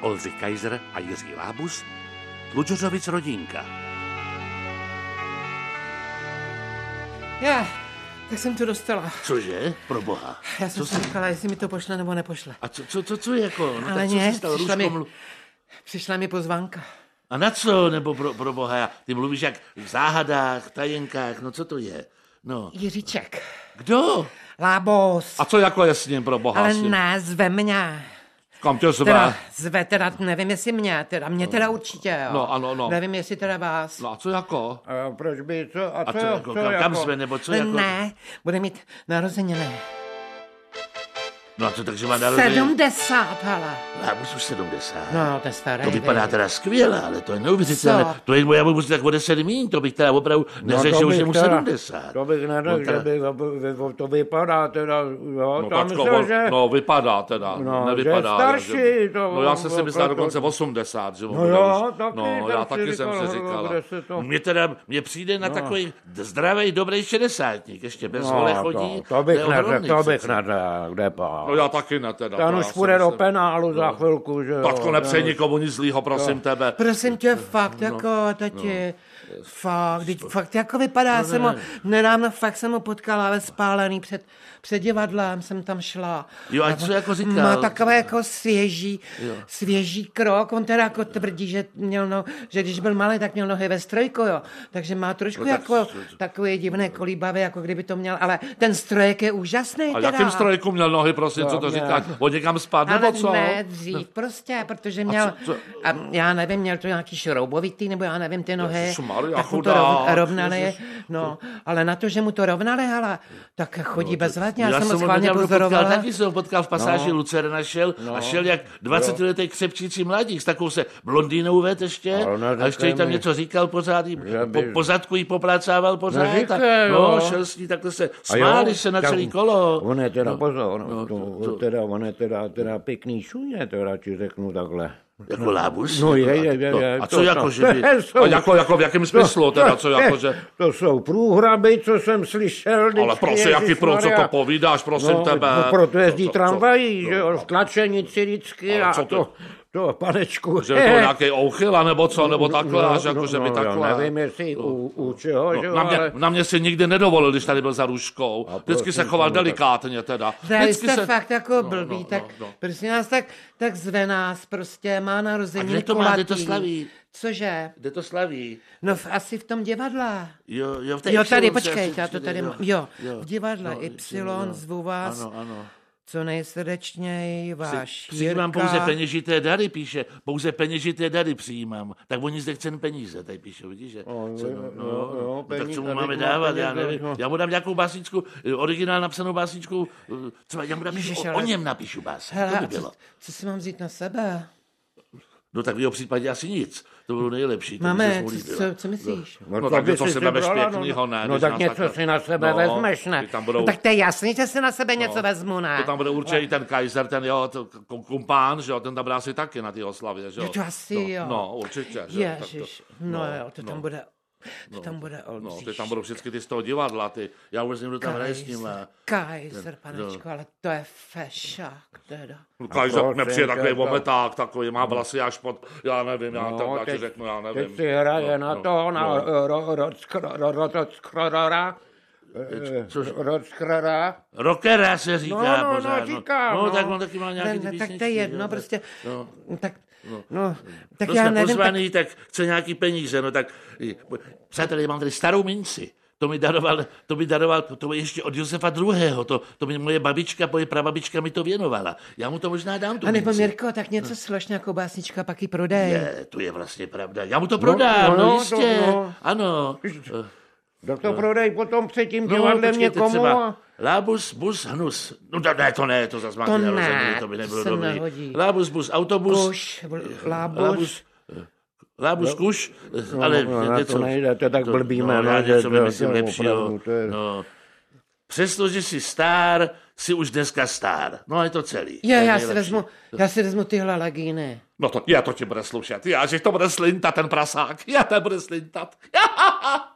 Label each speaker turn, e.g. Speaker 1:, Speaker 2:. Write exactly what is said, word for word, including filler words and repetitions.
Speaker 1: Oldřich Kaiser a Jiří Lábus, Tlučořovic rodinka.
Speaker 2: Já, tak jsem to dostala.
Speaker 1: Cože? Pro boha.
Speaker 2: Já jsem si říkala, jestli mi to pošle nebo nepošle.
Speaker 1: A co, co, co, co jako? No,
Speaker 2: ale
Speaker 1: tak
Speaker 2: ne,
Speaker 1: co se stalo?
Speaker 2: přišla, mi,
Speaker 1: mlu...
Speaker 2: přišla mi pozvánka.
Speaker 1: A na co? Nebo pro, pro boha? Ty mluvíš jak v záhadách, tajenkách, no co to je? No.
Speaker 2: Jiříček.
Speaker 1: Kdo?
Speaker 2: Lábos.
Speaker 1: A co jako je s ním pro boha?
Speaker 2: Ale ne, zve mě.
Speaker 1: Kam tě zve?
Speaker 2: Teda, zve teda, nevím, jestli mě, teda, mě teda určitě, jo.
Speaker 1: No, ano, no.
Speaker 2: Nevím, jestli teda vás.
Speaker 1: No a co jako?
Speaker 2: A proč by, co, a,
Speaker 1: A
Speaker 2: co,
Speaker 1: co, jako,
Speaker 2: co
Speaker 1: kam,
Speaker 2: jako?
Speaker 1: kam zve, nebo co jako?
Speaker 2: Ne, bude mít narozeniny.
Speaker 1: No a co, takže má narozeniny?
Speaker 2: sedmdesát, hele.
Speaker 1: Lábus už sedmdesát.
Speaker 2: No, to je starý.
Speaker 1: To vypadá
Speaker 2: vej.
Speaker 1: teda skvěle, ale to je neuvěřitelné. To je, já bych tak o deset míň, to bych teda opravdu neřešil,
Speaker 2: to
Speaker 1: že
Speaker 2: bych
Speaker 1: mu
Speaker 2: teda-
Speaker 1: sedmdesát.
Speaker 2: To bych neřekl,
Speaker 1: No
Speaker 2: že
Speaker 1: teda-
Speaker 2: by, by- to vypadá teda, jo,
Speaker 1: No,
Speaker 2: to
Speaker 1: tačko,
Speaker 2: myslím,
Speaker 1: on,
Speaker 2: že...
Speaker 1: no vypadá teda,
Speaker 2: No,
Speaker 1: nevypadá.
Speaker 2: že je starší, to-
Speaker 1: no já jsem si
Speaker 2: to-
Speaker 1: myslel
Speaker 2: to-
Speaker 1: dokonce osmdesát, že on
Speaker 2: No
Speaker 1: bude
Speaker 2: jo,
Speaker 1: už-
Speaker 2: taky,
Speaker 1: no,
Speaker 2: tak
Speaker 1: já
Speaker 2: si
Speaker 1: taky jsem
Speaker 2: říkal,
Speaker 1: si
Speaker 2: hele,
Speaker 1: říkal.
Speaker 2: bude se to-
Speaker 1: Mně teda, mně přijde na
Speaker 2: No.
Speaker 1: takový zdravý, dobrý šedesátník, ještě bez vole chodí.
Speaker 2: to, to bych
Speaker 1: je
Speaker 2: neřekl,
Speaker 1: ohromný
Speaker 2: to bych
Speaker 1: přece.
Speaker 2: neřekl, kde pá.
Speaker 1: No já taky ne teda.
Speaker 2: Ten
Speaker 1: to
Speaker 2: už
Speaker 1: já si
Speaker 2: půjde do
Speaker 1: myslím.
Speaker 2: penálu za chvilku, že jo.
Speaker 1: Tatko, nepřej
Speaker 2: Ten už-
Speaker 1: nikomu nic zlýho, prosím tebe.
Speaker 2: Prosím tě, fakt, jako, tati, fakt, teď, fakt, jako vypadá,
Speaker 1: No,
Speaker 2: jsem
Speaker 1: ne.
Speaker 2: ho, nedávno fakt jsem ho potkala, ale spálený před, před divadlem jsem tam šla.
Speaker 1: Jo, a co jako říkal?
Speaker 2: Má takové jako svěží,
Speaker 1: Jo.
Speaker 2: svěží krok, on teda jako tvrdí, že měl, no, že když byl malý, tak měl nohy ve strojku, jo, takže má trošku
Speaker 1: No tak-
Speaker 2: jako takové divné kolíbavy, jako kdyby to měl, ale ten strojek je úžasný
Speaker 1: A
Speaker 2: teda.
Speaker 1: jakým strojku měl nohy, prosím,
Speaker 2: No,
Speaker 1: co to
Speaker 2: měl.
Speaker 1: říkáš? Od někam spát,
Speaker 2: Ale
Speaker 1: nebo co?
Speaker 2: ne, dřív prostě, protože měl,
Speaker 1: co- co-
Speaker 2: a já nevím, měl to nějaký šroubovitý, nebo já nevím, ty nohy,
Speaker 1: Ježišmarja,
Speaker 2: tak mu to
Speaker 1: chudák,
Speaker 2: rov, rovnali,
Speaker 1: ježiš.
Speaker 2: no, ale na to, že mu to rovnali, hele, tak chodí
Speaker 1: No,
Speaker 2: bezvadně, já,
Speaker 1: já
Speaker 2: jsem ho
Speaker 1: jsem ho
Speaker 2: schválně
Speaker 1: nedávno potkal,
Speaker 2: pozorovala.
Speaker 1: taky jsem ho potkal v pasáži
Speaker 2: No.
Speaker 1: Lucerna, šel
Speaker 2: No.
Speaker 1: a šel jak dvacetiletý křepčící mladík, s takovou se blondýnou ved ještě,
Speaker 2: Ale neříkej
Speaker 1: a ještě jí tam
Speaker 2: mi,
Speaker 1: něco říkal pořád, jí
Speaker 2: že
Speaker 1: po,
Speaker 2: by-
Speaker 1: po zadku jí poplácával pořád,
Speaker 2: Neříkej,
Speaker 1: a, no,
Speaker 2: jo.
Speaker 1: šel s ní, takhle se
Speaker 2: A jo,
Speaker 1: smáli se na
Speaker 2: tak
Speaker 1: celý kolo.
Speaker 2: On je teda,
Speaker 1: No.
Speaker 2: pozor, on,
Speaker 1: No,
Speaker 2: to,
Speaker 1: to- to-
Speaker 2: teda, on je teda, teda pěkný šuně, teda ti řeknu takhle.
Speaker 1: Jako Lábus?
Speaker 2: No je, je, je,
Speaker 1: No,
Speaker 2: je.
Speaker 1: a
Speaker 2: to
Speaker 1: co jako,
Speaker 2: jsou-
Speaker 1: že by,
Speaker 2: to jsou-
Speaker 1: a jako, jako v jakém smyslu, teda, co jako, že...
Speaker 2: To jsou průhraby, co jsem slyšel.
Speaker 1: Ale
Speaker 2: vždycky,
Speaker 1: prosím, jaký pro, co to
Speaker 2: ježišmarja.
Speaker 1: povídáš, prosím
Speaker 2: no,
Speaker 1: tebe.
Speaker 2: No, proto jezdí
Speaker 1: Co- co-
Speaker 2: tramvají,
Speaker 1: co-
Speaker 2: že jo,
Speaker 1: no,
Speaker 2: v tlačenici vždycky
Speaker 1: Ale
Speaker 2: a
Speaker 1: co to-
Speaker 2: to, to, panečku.
Speaker 1: Že to nějaký ouchyla, nebo co, nebo takhle, až jako, že by
Speaker 2: no,
Speaker 1: takhle.
Speaker 2: Já nevím, jestli u, u čeho, že jo,
Speaker 1: No, na, mě,
Speaker 2: ale...
Speaker 1: na mě si nikdy nedovolil, když tady byl za Růžkou.
Speaker 2: A
Speaker 1: Vždycky se
Speaker 2: prosím,
Speaker 1: choval
Speaker 2: no, tak-
Speaker 1: delikátně teda.
Speaker 2: Vy
Speaker 1: Vždycky
Speaker 2: jste
Speaker 1: se...
Speaker 2: fakt jako blbý,
Speaker 1: no,
Speaker 2: tak
Speaker 1: no, no.
Speaker 2: prosím nás, tak, tak zve nás prostě, má
Speaker 1: A
Speaker 2: narozeniny
Speaker 1: kde to má, kde to
Speaker 2: kulatý.
Speaker 1: slaví?
Speaker 2: Cože?
Speaker 1: Kde to slaví?
Speaker 2: No v, asi v tom divadle.
Speaker 1: Jo, jo, v té
Speaker 2: Jo, tady,
Speaker 1: Y
Speaker 2: počkej,
Speaker 1: asi
Speaker 2: já to
Speaker 1: přijde,
Speaker 2: tady
Speaker 1: jo,
Speaker 2: mám. Jo,
Speaker 1: jo.
Speaker 2: v divadle
Speaker 1: No,
Speaker 2: Y,
Speaker 1: jo.
Speaker 2: zvu vás
Speaker 1: Ano, ano.
Speaker 2: co nejsrdečněji, váš
Speaker 1: Přijímám
Speaker 2: Jirka.
Speaker 1: pouze peněžité dary, píše. Pouze peněžité dary přijímám. Tak oni zde chcem peníze, tady píše, vidíš, že?
Speaker 2: O,
Speaker 1: Co,
Speaker 2: jo,
Speaker 1: no,
Speaker 2: jo, jo,
Speaker 1: no, tak
Speaker 2: peníze,
Speaker 1: co mu
Speaker 2: teď
Speaker 1: máme
Speaker 2: má
Speaker 1: dávat, já
Speaker 2: peníze,
Speaker 1: nevím.
Speaker 2: no.
Speaker 1: Já mu dám nějakou básničku, originál napsanou básničku, třeba já mu dám,
Speaker 2: Ježiš,
Speaker 1: o,
Speaker 2: ale-
Speaker 1: o něm napíšu básničku,
Speaker 2: Hele,
Speaker 1: to by
Speaker 2: a co,
Speaker 1: bylo.
Speaker 2: co si mám vzít na sebe?
Speaker 1: No tak v jeho případě asi nic. To bylo nejlepší. to by
Speaker 2: Máme,
Speaker 1: ses mu
Speaker 2: co,
Speaker 1: líbilo.
Speaker 2: co, co myslíš?
Speaker 1: No,
Speaker 2: to
Speaker 1: tak
Speaker 2: by
Speaker 1: něco
Speaker 2: si
Speaker 1: si vemeš
Speaker 2: brala,
Speaker 1: pěknýho, ne?
Speaker 2: No
Speaker 1: když
Speaker 2: tak
Speaker 1: nás
Speaker 2: něco
Speaker 1: takhle-
Speaker 2: si na sebe
Speaker 1: No,
Speaker 2: vezmeš, ne?
Speaker 1: ty tam budou-
Speaker 2: No, tak to je jasný, že si na sebe něco
Speaker 1: No.
Speaker 2: vezmu, ne?
Speaker 1: To tam bude určitě i ten Kaiser, ten jeho to kum- kumpán, že jo, ten tam bude asi taky na té oslavě, že jo.
Speaker 2: Jo, to asi
Speaker 1: no,
Speaker 2: jo.
Speaker 1: No, určitě, že jo. tak to-
Speaker 2: Ježiš, no jo, to tam bude, to tam bude
Speaker 1: No,
Speaker 2: Oldřich.
Speaker 1: ty tam budou všichni ty z toho divadla, ty. Já vůbec nevím, kdo tam hraje s ním.
Speaker 2: Kaiser, panečko, ale to je fešák, teda.
Speaker 1: Kaiser
Speaker 2: to
Speaker 1: nepřijde
Speaker 2: jsem
Speaker 1: takový
Speaker 2: tě-
Speaker 1: ometák, takový, má vlasy až pod, já nevím, já,
Speaker 2: No,
Speaker 1: tam, já ti
Speaker 2: teď-
Speaker 1: řeknu, já
Speaker 2: Teď
Speaker 1: nevím.
Speaker 2: si hraje
Speaker 1: No,
Speaker 2: na
Speaker 1: no,
Speaker 2: to, na
Speaker 1: no.
Speaker 2: Rodskrora.
Speaker 1: Což-
Speaker 2: Rodskrora.
Speaker 1: Rockera se říká
Speaker 2: No, no, no,
Speaker 1: pořád.
Speaker 2: říkám,
Speaker 1: no,
Speaker 2: no.
Speaker 1: tak on taky má nějaký
Speaker 2: Ne,
Speaker 1: ty
Speaker 2: ne, tak
Speaker 1: písničky,
Speaker 2: to je jedno,
Speaker 1: jo,
Speaker 2: prostě,
Speaker 1: no.
Speaker 2: tak, no, tak
Speaker 1: No
Speaker 2: já
Speaker 1: jsme
Speaker 2: nevím, tak,
Speaker 1: pozvaný, tak chce nějaký peníze, no tak, přátelé, mám tady starou minci. To mi daroval, to mi daroval, to mi ještě od Josefa druhého. To, to mi moje babička, moje prababička mi to věnovala. Já mu to možná dám, tu
Speaker 2: a nebo
Speaker 1: minci.
Speaker 2: Mirko, tak něco slož, nějakou básnička, pak ji prodej.
Speaker 1: Je, to je vlastně pravda. Já mu to prodám, no,
Speaker 2: no,
Speaker 1: no,
Speaker 2: no,
Speaker 1: jistě.
Speaker 2: to, no.
Speaker 1: Ano.
Speaker 2: Tak to prodej potom před tím
Speaker 1: No,
Speaker 2: divadlem
Speaker 1: počkejte,
Speaker 2: někomu.
Speaker 1: třeba Lábus, bus, hnus. No to ne, to ne, to zase má
Speaker 2: To
Speaker 1: ty
Speaker 2: ne,
Speaker 1: narozeniny, to by
Speaker 2: to
Speaker 1: nebylo
Speaker 2: se
Speaker 1: dobrý.
Speaker 2: nehodí.
Speaker 1: Lábus, bus, autobus.
Speaker 2: Kuš, lábus.
Speaker 1: Lábus, Lábus, kuš,
Speaker 2: No,
Speaker 1: ale
Speaker 2: no, na to
Speaker 1: něco.
Speaker 2: nejde, to je tak blbý
Speaker 1: no,
Speaker 2: jméno,
Speaker 1: já
Speaker 2: že
Speaker 1: něco
Speaker 2: to-
Speaker 1: vymyslím
Speaker 2: to
Speaker 1: lepšího.
Speaker 2: opravdu, to je-
Speaker 1: No. Přestože jsi star, jsi už dneska star. No je to celý.
Speaker 2: Jo,
Speaker 1: To je
Speaker 2: já si,
Speaker 1: nejlepší.
Speaker 2: vezmu, já si vezmu tyhle legíny.
Speaker 1: No to, já to ti bude slušet. Já, že to bude slintat ten prasák. Já to bude slintat.